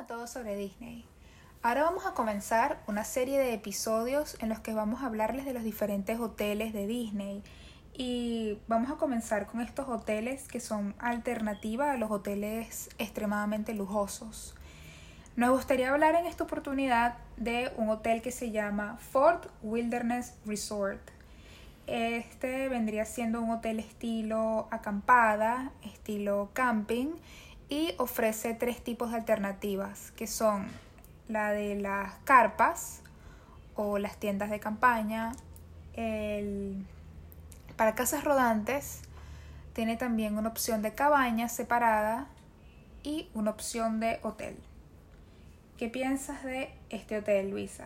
a todos sobre Disney. Ahora vamos a comenzar una serie de episodios en los que vamos a hablarles de los diferentes hoteles de Disney. Y vamos a comenzar con estos hoteles que son alternativa a los hoteles extremadamente lujosos. Nos gustaría hablar en esta oportunidad de un hotel que se llama Fort Wilderness Resort. Este vendría siendo un hotel estilo acampada, estilo camping, y ofrece 3 tipos de alternativas, que son la de las carpas o las tiendas de campaña. Para casas rodantes tiene también una opción de cabaña separada y una opción de hotel. ¿Qué piensas de este hotel, Luisa?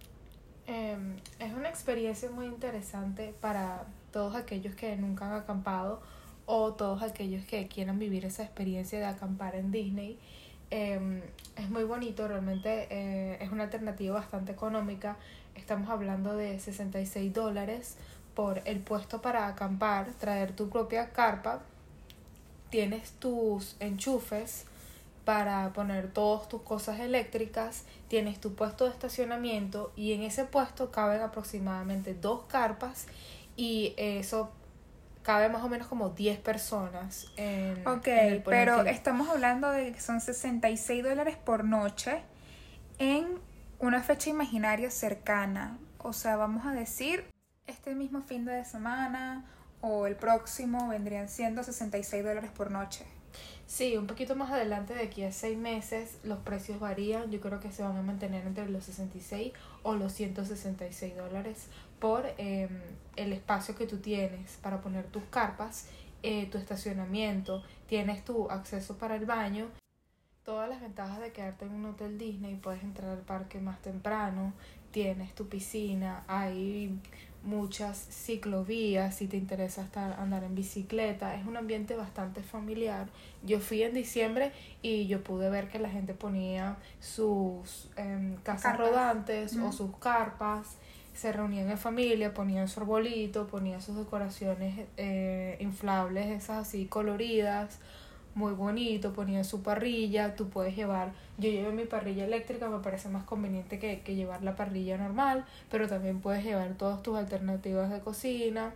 Es una experiencia muy interesante para todos aquellos que nunca han acampado o todos aquellos que quieran vivir esa experiencia de acampar en Disney. Es muy bonito, realmente es una alternativa bastante económica. Estamos hablando de $66 por el puesto para acampar, traer tu propia carpa, tienes tus enchufes para poner todas tus cosas eléctricas, tienes tu puesto de estacionamiento y en ese puesto caben aproximadamente 2 carpas y eso cabe más o menos como 10 personas en el pero estamos hablando de que son $66 por noche en una fecha imaginaria cercana. O sea, vamos a decir, este mismo fin de semana o el próximo vendrían siendo $66 por noche. Sí, un poquito más adelante, de aquí a 6 meses, los precios varían. Yo creo que se van a mantener entre los 66 o los $166 por el espacio que tú tienes para poner tus carpas, tu estacionamiento, tienes tu acceso para el baño. Todas las ventajas de quedarte en un hotel Disney: puedes entrar al parque más temprano, tienes tu piscina, hay muchas ciclovías si te interesa andar en bicicleta. Es un ambiente bastante familiar. Yo fui en diciembre y yo pude ver que la gente ponía sus casas rodantes o sus carpas, se reunían en familia, ponían su arbolito, ponían sus decoraciones inflables, esas así coloridas, muy bonito, ponían su parrilla. Tú puedes llevar, yo llevé mi parrilla eléctrica, me parece más conveniente que llevar la parrilla normal, pero también puedes llevar todas tus alternativas de cocina.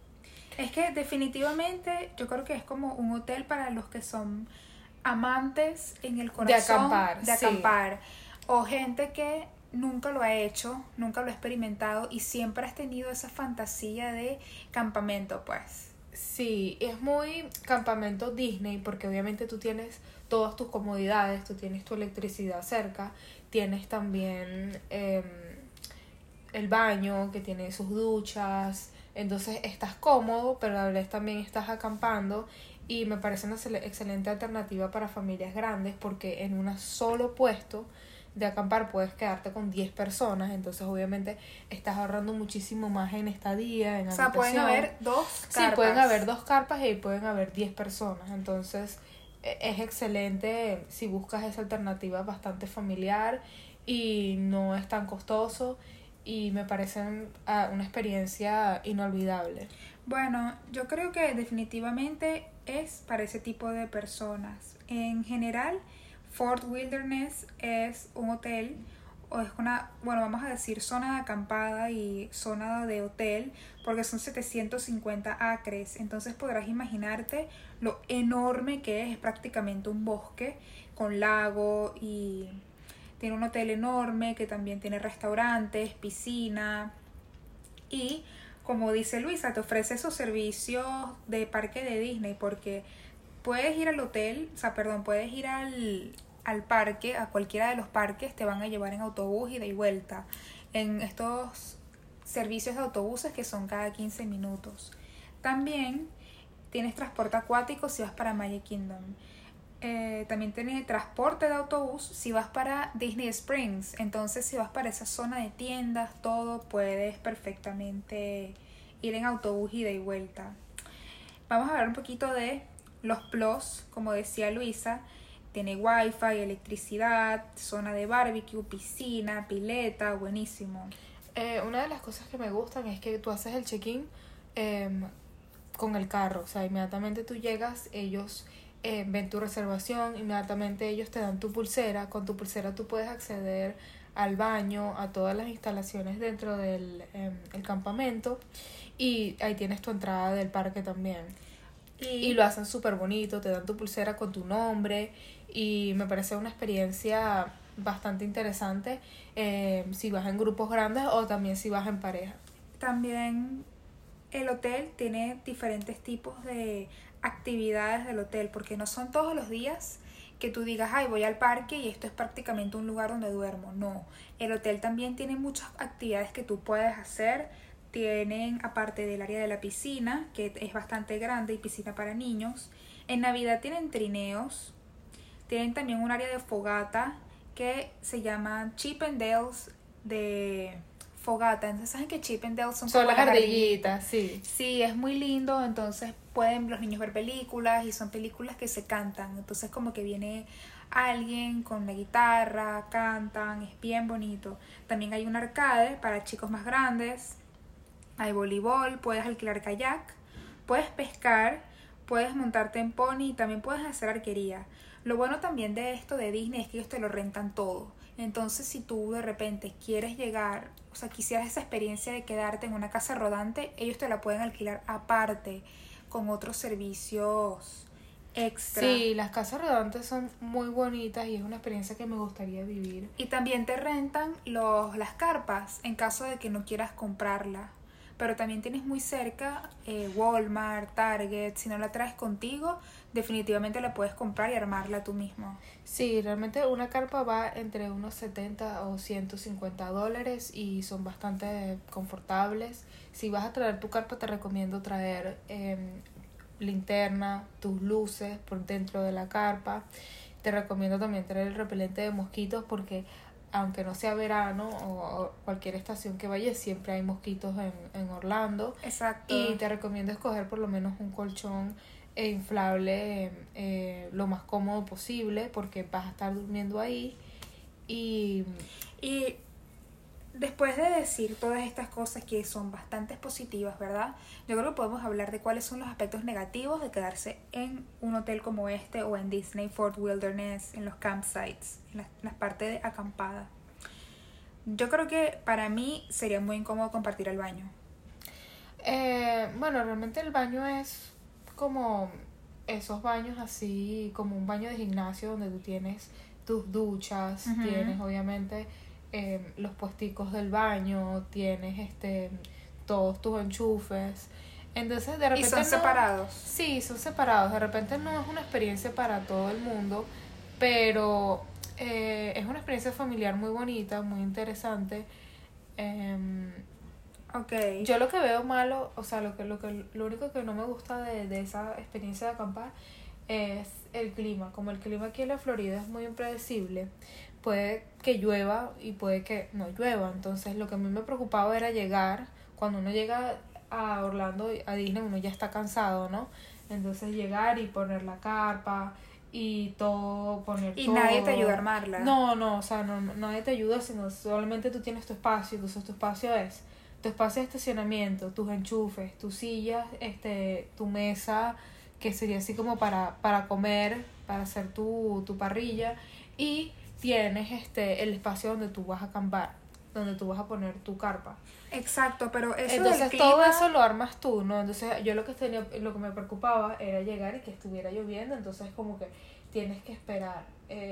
Es que definitivamente yo creo que es como un hotel para los que son amantes en el corazón de acampar, sí. O gente que nunca lo ha hecho, nunca lo ha experimentado y siempre has tenido esa fantasía de campamento, pues. Sí, es muy campamento Disney porque obviamente tú tienes todas tus comodidades, tú tienes tu electricidad cerca, tienes también el baño que tiene sus duchas, entonces estás cómodo, pero a la vez también estás acampando y me parece una excelente alternativa para familias grandes porque en un solo puesto de acampar puedes quedarte con 10 personas, entonces obviamente estás ahorrando muchísimo más en estadía, en habitación. O sea, pueden haber 2 carpas. Sí, pueden haber 2 carpas y pueden haber 10 personas, entonces es excelente si buscas esa alternativa bastante familiar y no es tan costoso y me parece una experiencia inolvidable. Bueno, yo creo que definitivamente es para ese tipo de personas. En general, Fort Wilderness es un hotel, o es una, bueno, vamos a decir zona de acampada y zona de hotel, porque son 750 acres, entonces podrás imaginarte lo enorme que es prácticamente un bosque con lago, y tiene un hotel enorme que también tiene restaurantes, piscina, y como dice Luisa, te ofrece esos servicios de parque de Disney, porque puedes ir al hotel, puedes ir al parque, a cualquiera de los parques, te van a llevar en autobús ida y vuelta, en estos servicios de autobuses que son cada 15 minutos. También tienes transporte acuático si vas para Magic Kingdom. También tienes transporte de autobús si vas para Disney Springs. Entonces, si vas para esa zona de tiendas, todo, puedes perfectamente ir en autobús ida y vuelta. Vamos a hablar un poquito de los plus. Como decía Luisa, tiene wifi, electricidad, zona de barbecue, piscina, pileta, buenísimo. Una de las cosas que me gustan es que tú haces el check-in con el carro, o sea, inmediatamente tú llegas, ellos ven tu reservación, inmediatamente ellos te dan tu pulsera. Con tu pulsera tú puedes acceder al baño, a todas las instalaciones dentro del el campamento, y ahí tienes tu entrada del parque también. Y lo hacen súper bonito, te dan tu pulsera con tu nombre, y me parece una experiencia bastante interesante si vas en grupos grandes o también si vas en pareja. También el hotel tiene diferentes tipos de actividades del hotel, porque no son todos los días que tú digas, ay, voy al parque y esto es prácticamente un lugar donde duermo. No, el hotel también tiene muchas actividades que tú puedes hacer. Tienen, aparte del área de la piscina, que es bastante grande, y piscina para niños. En Navidad tienen trineos. Tienen también un área de fogata que se llama Chip 'n Dale's de fogata. Entonces, ¿saben que Chip 'n Dale son Son como las ardillitas, sí. Sí, es muy lindo. Entonces pueden los niños ver películas, y son películas que se cantan. Entonces como que viene alguien con la guitarra, cantan, es bien bonito. También hay un arcade para chicos más grandes. Hay voleibol, puedes alquilar kayak, puedes pescar, puedes montarte en pony y también puedes hacer arquería. Lo bueno también de esto de Disney es que ellos te lo rentan todo. Entonces, si tú de repente quieres llegar, o sea, quisieras esa experiencia de quedarte en una casa rodante, ellos te la pueden alquilar aparte con otros servicios extra. Sí, las casas rodantes son muy bonitas y es una experiencia que me gustaría vivir. Y también te rentan las carpas en caso de que no quieras comprarla. Pero también tienes muy cerca Walmart, Target. Si no la traes contigo, definitivamente la puedes comprar y armarla tú mismo. Sí, realmente una carpa va entre unos 70 o $150 y son bastante confortables. Si vas a traer tu carpa, te recomiendo traer linterna, tus luces por dentro de la carpa. Te recomiendo también traer el repelente de mosquitos, porque aunque no sea verano o cualquier estación que vayas, siempre hay mosquitos en Orlando. Exacto. Y te recomiendo escoger por lo menos un colchón inflable lo más cómodo posible, porque vas a estar durmiendo ahí. Y después de decir todas estas cosas que son bastante positivas, ¿verdad? Yo creo que podemos hablar de cuáles son los aspectos negativos de quedarse en un hotel como este o en Disney Fort Wilderness, en los campsites, en las partes de acampada. Yo creo que para mí sería muy incómodo compartir el baño. Bueno, realmente el baño es como esos baños así, como un baño de gimnasio donde tú tienes tus duchas, Uh-huh. tienes obviamente los puesticos del baño, tienes todos tus enchufes. Entonces de repente ¿Y son separados? Sí, son separados. De repente no es una experiencia para todo el mundo, pero es una experiencia familiar muy bonita, muy interesante. Okay. Yo lo que veo malo, o sea, lo único que no me gusta de esa experiencia de acampar es el clima. Como el clima aquí en la Florida es muy impredecible, puede que llueva y puede que no llueva. Entonces lo que a mí me preocupaba era llegar, cuando uno llega a Orlando, a Disney, uno ya está cansado, ¿no? Entonces llegar y poner la carpa y todo, poner Y todo. nadie te ayuda a armarla. No, o sea, nadie te ayuda, sino solamente tú tienes tu espacio. Entonces tu espacio es tu espacio de estacionamiento, tus enchufes, tus sillas, tu mesa, que sería así como para comer, para hacer tu parrilla, y tienes el espacio donde tú vas a acampar, donde tú vas a poner tu carpa. Exacto, pero eso Entonces del clima... todo eso lo armas tú, ¿no? Entonces yo lo que me preocupaba era llegar y que estuviera lloviendo. Entonces como que tienes que esperar.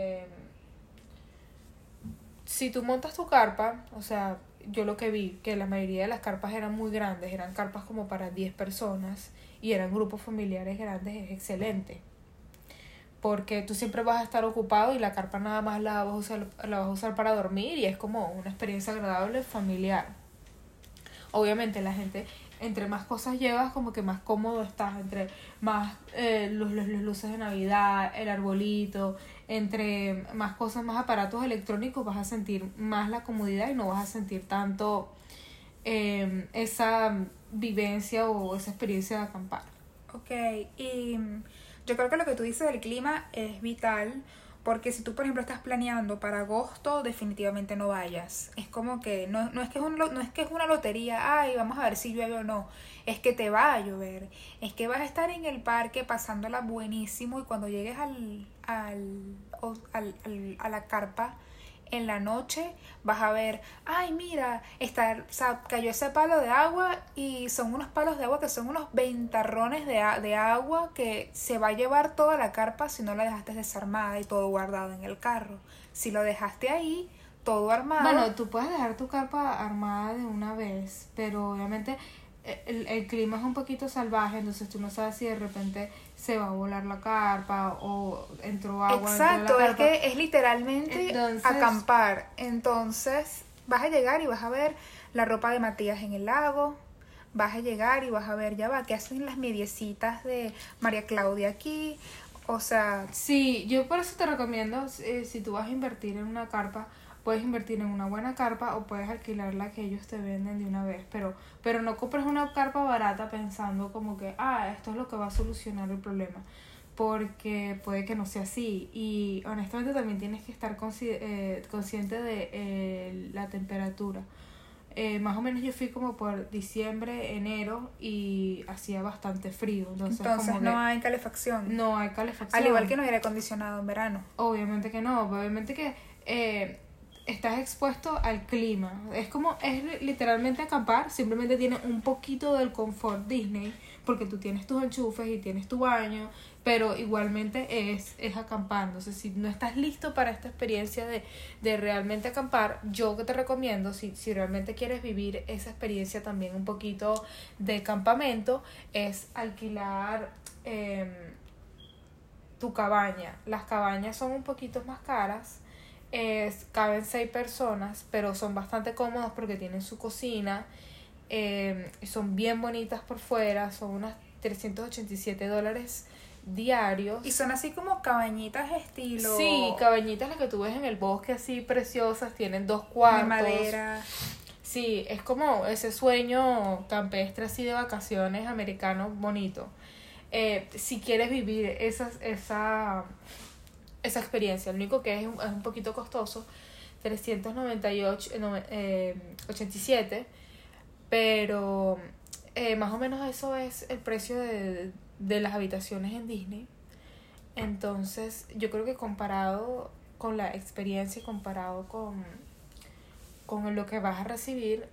Si tú montas tu carpa, o sea, yo lo que vi, que la mayoría de las carpas eran muy grandes, eran carpas como para 10 personas y eran grupos familiares grandes, es excelente. Porque tú siempre vas a estar ocupado y la carpa nada más la vas a usar para dormir, y es como una experiencia agradable, familiar. Obviamente la gente, entre más cosas llevas, como que más cómodo estás, entre más los luces de Navidad, el arbolito, entre más cosas, más aparatos electrónicos, vas a sentir más la comodidad y no vas a sentir tanto esa vivencia o esa experiencia de acampar. Ok, y yo creo que lo que tú dices del clima es vital, Porque si tú, por ejemplo, estás planeando para agosto, definitivamente no vayas. Es como que no es que no es que es una lotería, ay, vamos a ver si llueve o no. Es que te va a llover. Es que vas a estar en el parque pasándola buenísimo y cuando llegues a la carpa en la noche vas a ver, ay mira, cayó ese palo de agua y son unos palos de agua que son unos ventarrones de agua que se va a llevar toda la carpa si no la dejaste desarmada y todo guardado en el carro. Si lo dejaste ahí, todo armado. Bueno, tú puedes dejar tu carpa armada de una vez, pero obviamente el clima es un poquito salvaje, entonces tú no sabes si de repente se va a volar la carpa o entró agua Exacto, dentro de la carpa. es que es literalmente acampar. Entonces vas a llegar y vas a ver la ropa de Matías en el lago, vas a llegar y vas a ver, ya va, ¿qué hacen las mediecitas de María Claudia aquí? O sea... Sí, yo por eso te recomiendo, si tú vas a invertir en una carpa, puedes invertir en una buena carpa o puedes alquilar la que ellos te venden de una vez, pero no compres una carpa barata pensando como que, esto es lo que va a solucionar el problema, porque puede que no sea así. Y honestamente también tienes que estar consciente de la temperatura. Más o menos yo fui como por diciembre, enero y hacía bastante frío. Entonces como no hay calefacción. No hay calefacción. Al igual que no hay aire acondicionado en verano. Obviamente que no, obviamente que estás expuesto al clima. Es literalmente acampar, simplemente tiene un poquito del confort Disney, porque tú tienes tus enchufes y tienes tu baño, pero igualmente es acampar. Entonces, si no estás listo para esta experiencia de realmente acampar, yo que te recomiendo, si realmente quieres vivir esa experiencia también un poquito de campamento, es alquilar tu cabaña. Las cabañas son un poquito más caras, caben 6 personas, pero son bastante cómodas porque tienen su cocina, son bien bonitas por fuera, son unas $387 diarios. Y son así como cabañitas estilo... Sí, cabañitas las que tú ves en el bosque, así preciosas, tienen 2 cuartos. De madera. Sí, es como ese sueño campestre así de vacaciones americano bonito. Si quieres vivir esa experiencia, lo único que es un poquito costoso, 387, pero más o menos eso es el precio de las habitaciones en Disney. Entonces yo creo que comparado con la experiencia y comparado con lo que vas a recibir,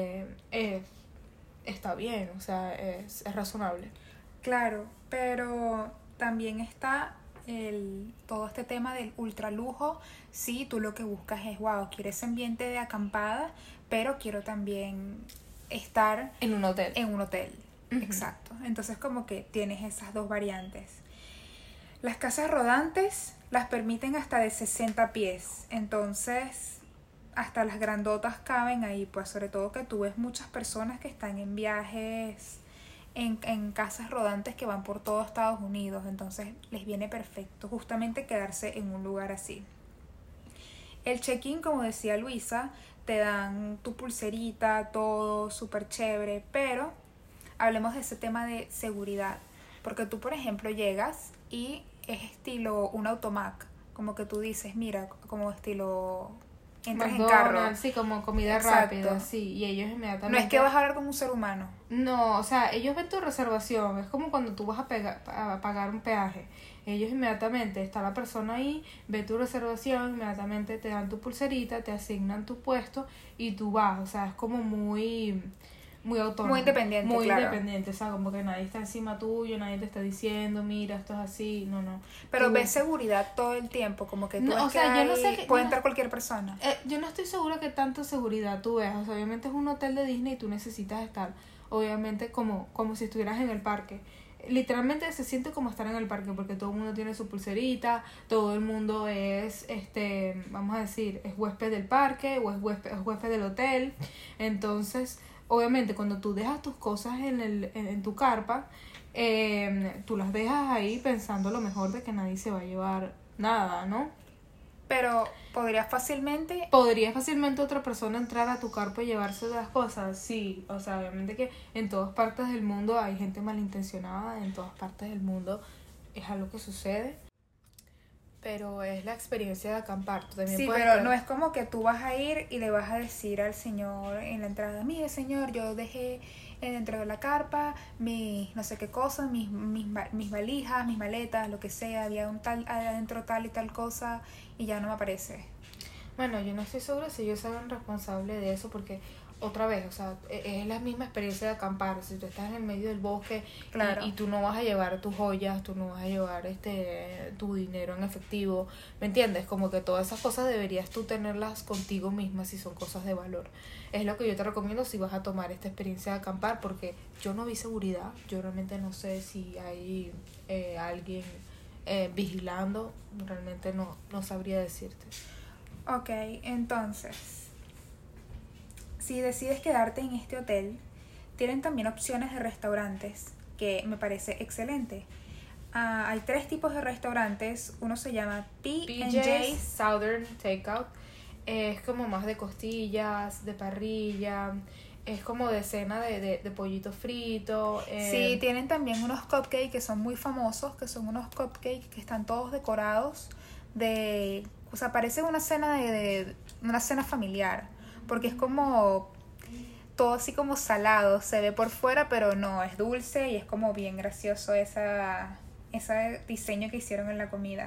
está bien, o sea, es razonable. Claro, pero también está todo este tema del ultralujo. Sí, tú lo que buscas es, wow, quiero ese ambiente de acampada, pero quiero también estar en un hotel. Uh-huh. Exacto. Entonces como que tienes esas dos variantes. Las casas rodantes las permiten hasta de 60 pies. Entonces hasta las grandotas caben ahí, pues sobre todo que tú ves muchas personas que están en viajes en casas rodantes que van por todo Estados Unidos, entonces les viene perfecto justamente quedarse en un lugar así. El check-in, como decía Luisa, te dan tu pulserita, todo súper chévere, pero hablemos de ese tema de seguridad, porque tú, por ejemplo, llegas y es estilo un automac, como que tú dices, mira, como estilo... entras McDonald's, en carro. Sí, como comida rápida, sí, y ellos inmediatamente... No es que vas a hablar con un ser humano. No, o sea, ellos ven tu reservación, es como cuando tú vas a pagar un peaje. Ellos inmediatamente, está la persona ahí, ve tu reservación, inmediatamente te dan tu pulserita, te asignan tu puesto y tú vas, o sea, es como muy autónomo. Muy independiente, Muy claro. independiente, o sea, como que nadie está encima tuyo, nadie te está diciendo, mira, esto es así, no. Pero ves seguridad todo el tiempo, como que tú no, ves o sea, que yo no sé puede entrar cualquier persona. Yo no estoy segura que tanto seguridad tú veas, o sea, obviamente es un hotel de Disney y tú necesitas estar, obviamente, como si estuvieras en el parque. Literalmente se siente como estar en el parque porque todo el mundo tiene su pulserita, todo el mundo es, vamos a decir, es huésped del parque o es huésped del hotel. Entonces, obviamente, cuando tú dejas tus cosas en tu carpa, tú las dejas ahí pensando lo mejor de que nadie se va a llevar nada, ¿no? Pero podría fácilmente otra persona entrar a tu carpa y llevarse las cosas. Sí, o sea, obviamente que en todas partes del mundo hay gente malintencionada, en todas partes del mundo es algo que sucede. Pero es la experiencia de acampar. Tú también Sí, puedes pero quedar- no es como que tú vas a ir y le vas a decir al señor en la entrada, mire señor, yo dejé dentro de la carpa mis no sé qué cosas, mis valijas, mis maletas, lo que sea, había un tal adentro tal y tal cosa y ya no me aparece. Bueno, yo no estoy segura si ellos son responsables de eso porque otra vez, o sea, es la misma experiencia de acampar. Si tú estás en el medio del bosque Claro. y tú no vas a llevar tus joyas, tú no vas a llevar tu dinero en efectivo, ¿me entiendes? Como que todas esas cosas deberías tú tenerlas contigo misma si son cosas de valor. Es lo que yo te recomiendo si vas a tomar esta experiencia de acampar porque yo no vi seguridad, yo realmente no sé si hay alguien vigilando, realmente no sabría decirte. Ok, entonces, si decides quedarte en este hotel, tienen también opciones de restaurantes, que me parece excelente. Hay 3 tipos de restaurantes. Uno se llama PJ's P&J's. Southern Takeout es como más de costillas, de parrilla, es como de cena de pollito frito. Sí, tienen también unos cupcakes que son muy famosos, que son unos cupcakes que están todos decorados o sea, parece una cena una cena familiar, porque es como todo así como salado, se ve por fuera, pero no, es dulce y es como bien gracioso ese diseño que hicieron en la comida.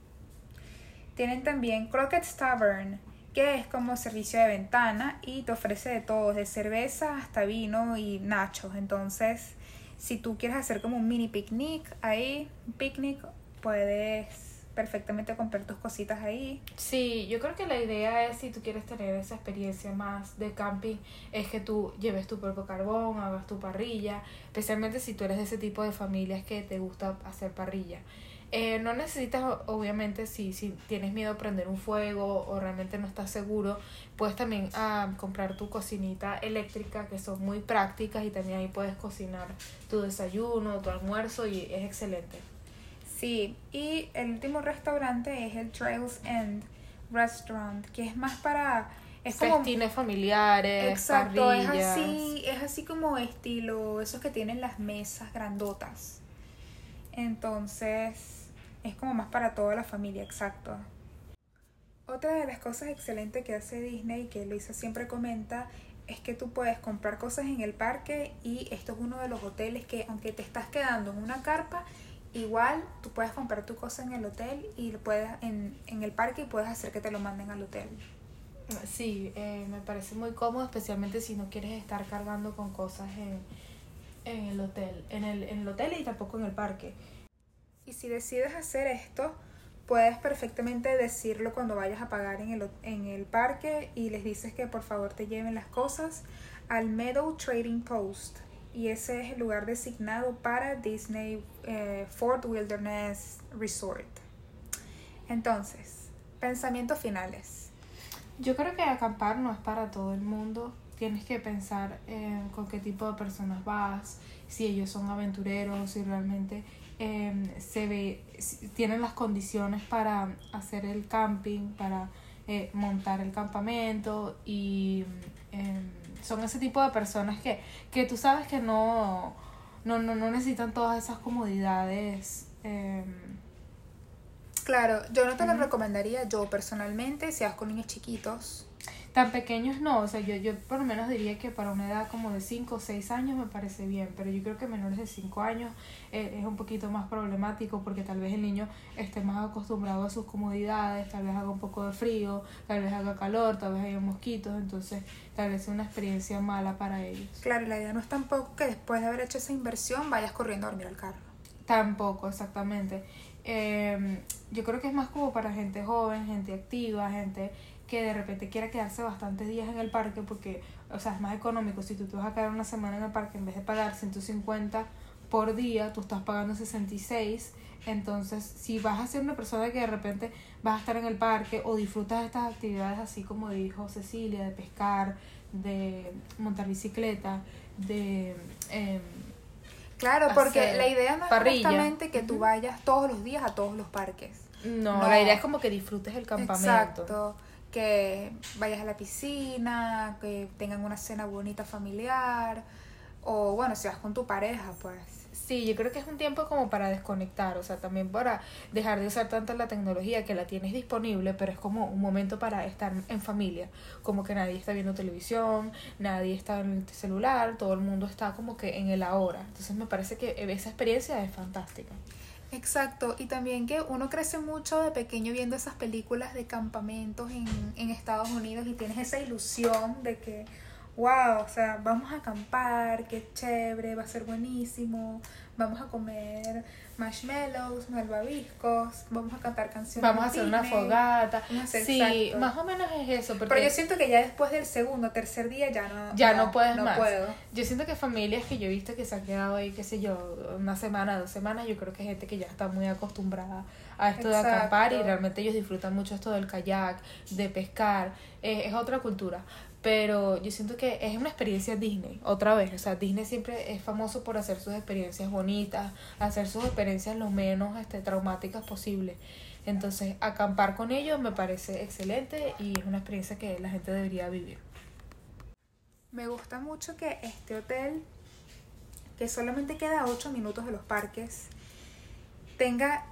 Tienen también Crockett's Tavern, que es como servicio de ventana y te ofrece de todo, de cerveza hasta vino y nachos. Entonces, si tú quieres hacer como un mini picnic ahí, un picnic, puedes perfectamente comprar tus cositas ahí. Sí, yo creo que la idea es, si tú quieres tener esa experiencia más de camping, es que tú lleves tu propio carbón, hagas tu parrilla, especialmente si tú eres de ese tipo de familias que te gusta hacer parrilla. No necesitas, obviamente, si tienes miedo a prender un fuego o realmente no estás seguro, puedes también comprar tu cocinita eléctrica, que son muy prácticas, y también ahí puedes cocinar tu desayuno, tu almuerzo, y es excelente. Sí, y el último restaurante es el Trails End Restaurant, que es más para... Es como... Festines familiares, Exacto, parrillas. es así como estilo, esos que tienen las mesas grandotas. Entonces, es como más para toda la familia, exacto. Otra de las cosas excelentes que hace Disney, que Luisa siempre comenta, es que tú puedes comprar cosas en el parque, y esto es uno de los hoteles que, aunque te estás quedando en una carpa, igual tú puedes comprar tu cosa en el hotel y lo puedes en el parque, y puedes hacer que te lo manden al hotel. Sí, me parece muy cómodo, especialmente si no quieres estar cargando con cosas en el hotel, en el hotel y tampoco en el parque. Y si decides hacer esto, puedes perfectamente decirlo cuando vayas a pagar en el parque, y les dices que por favor te lleven las cosas al Meadow Trading Post. Y ese es el lugar designado para Disney Fort Wilderness Resort. Entonces, pensamientos finales. Yo creo que acampar no es para todo el mundo. Tienes que pensar con qué tipo de personas vas, si ellos son aventureros, si realmente si tienen las condiciones para hacer el camping, para montar el campamento, y son ese tipo de personas que tú sabes que no necesitan todas esas comodidades. Claro, yo no te lo recomendaría, yo personalmente, si vas con niños chiquitos. Tan pequeños no, o sea, yo por lo menos diría que para una edad como de 5 o 6 años me parece bien, pero yo creo que menores de 5 años es un poquito más problemático, porque tal vez el niño esté más acostumbrado a sus comodidades, tal vez haga un poco de frío, tal vez haga calor, tal vez haya mosquitos, entonces tal vez sea una experiencia mala para ellos. Claro, la idea no es tampoco que después de haber hecho esa inversión vayas corriendo a dormir al carro. Tampoco, exactamente. Yo creo que es más como para gente joven, gente activa, gente que de repente quiera quedarse bastantes días en el parque, porque, o sea, es más económico. Si tú te vas a quedar una semana en el parque, en vez de pagar 150 por día, tú estás pagando 66. Entonces, si vas a ser una persona que de repente vas a estar en el parque o disfrutas de estas actividades, así como dijo Cecilia, de pescar, de montar bicicleta, de Claro, porque hacer la idea no es parrilla. justamente que tú vayas todos los días a todos los parques. No, la idea es como que disfrutes el campamento. Exacto, que vayas a la piscina, que tengan una cena bonita familiar, o bueno, si vas con tu pareja, pues Sí, yo creo que es un tiempo como para desconectar, o sea, también para dejar de usar tanto la tecnología que la tienes disponible, pero es como un momento para estar en familia, como que nadie está viendo televisión, nadie está en el celular, todo el mundo está como que en el ahora. Entonces me parece que esa experiencia es fantástica. Exacto, y también que uno crece mucho de pequeño viendo esas películas de campamentos en Estados Unidos y tienes esa ilusión de que, wow, o sea, vamos a acampar, qué chévere, va a ser buenísimo, vamos a comer marshmallows, malvaviscos, vamos a cantar canciones Vamos a hacer una Disney, fogata. vamos a hacer- Sí, exacto. más o menos es eso. Porque Pero yo siento que ya después del segundo o tercer día ya no puedes no más. puedo. Yo siento que familias que yo he visto que se han quedado ahí, qué sé yo, una semana, 2 semanas, yo creo que hay gente que ya está muy acostumbrada a esto de Exacto. acampar y realmente ellos disfrutan mucho esto del kayak, de pescar, es otra cultura. Pero yo siento que es una experiencia Disney, otra vez. O sea, Disney siempre es famoso por hacer sus experiencias bonitas, hacer sus experiencias lo menos traumáticas posible. Entonces, acampar con ellos me parece excelente y es una experiencia que la gente debería vivir. Me gusta mucho que este hotel, que solamente queda a 8 minutos de los parques, tenga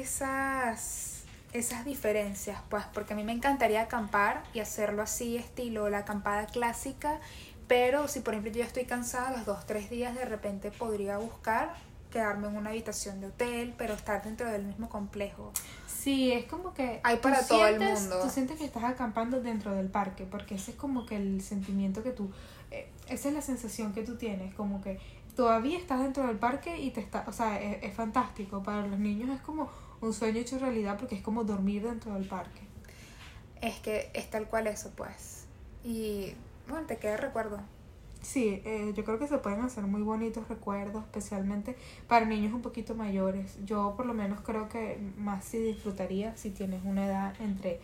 esas diferencias, pues, porque a mí me encantaría acampar y hacerlo así, estilo la acampada clásica, pero si por ejemplo yo estoy cansada los 2, 3 días, de repente podría buscar quedarme en una habitación de hotel, pero estar dentro del mismo complejo. Sí, es como que Hay tú para todo el sientes, mundo. tú sientes que estás acampando dentro del parque, porque ese es como que el sentimiento que tú, esa es la sensación que tú tienes, como que todavía estás dentro del parque y te está, o sea, es fantástico. Para los niños es como un sueño hecho realidad porque es como dormir dentro del parque. Es que es tal cual eso, pues. Y bueno, te queda el recuerdo. Sí, yo creo que se pueden hacer muy bonitos recuerdos, especialmente para niños un poquito mayores. Yo por lo menos creo que más si disfrutaría si tienes una edad entre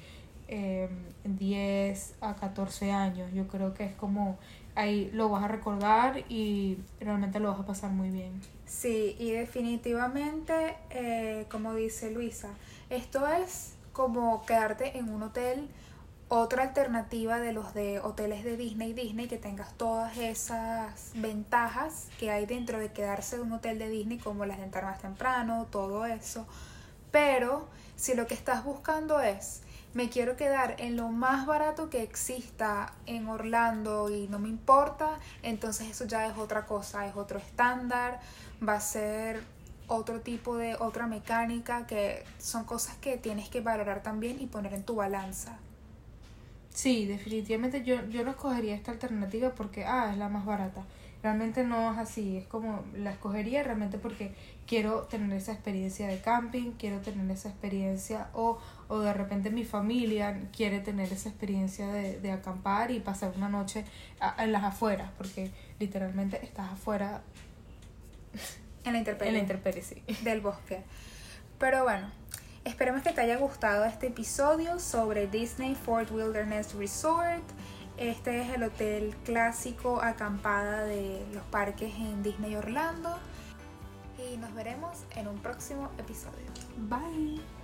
10 a 14 años. Yo creo que es como ahí lo vas a recordar y realmente lo vas a pasar muy bien. Sí, y definitivamente, como dice Luisa, esto es como quedarte en un hotel, otra alternativa de los de hoteles de Disney, que tengas todas esas ventajas que hay dentro de quedarse en un hotel de Disney, como las de entrar más temprano, todo eso. Pero si lo que estás buscando es, me quiero quedar en lo más barato que exista en Orlando y no me importa, entonces eso ya es otra cosa, es otro estándar, va a ser otro tipo de, otra mecánica, que son cosas que tienes que valorar también y poner en tu balanza. Sí, definitivamente yo no escogería esta alternativa porque, es la más barata. Realmente no es así, es como la escogería realmente porque quiero tener esa experiencia de camping, quiero tener esa experiencia o de repente mi familia quiere tener esa experiencia de acampar y pasar una noche en las afueras, porque literalmente estás afuera En la intemperie. en la intemperie, sí. Del bosque. Pero bueno, esperemos que te haya gustado este episodio sobre Disney Fort Wilderness Resort. Este es el hotel clásico acampada de los parques en Disney Orlando. Y nos veremos en un próximo episodio. Bye.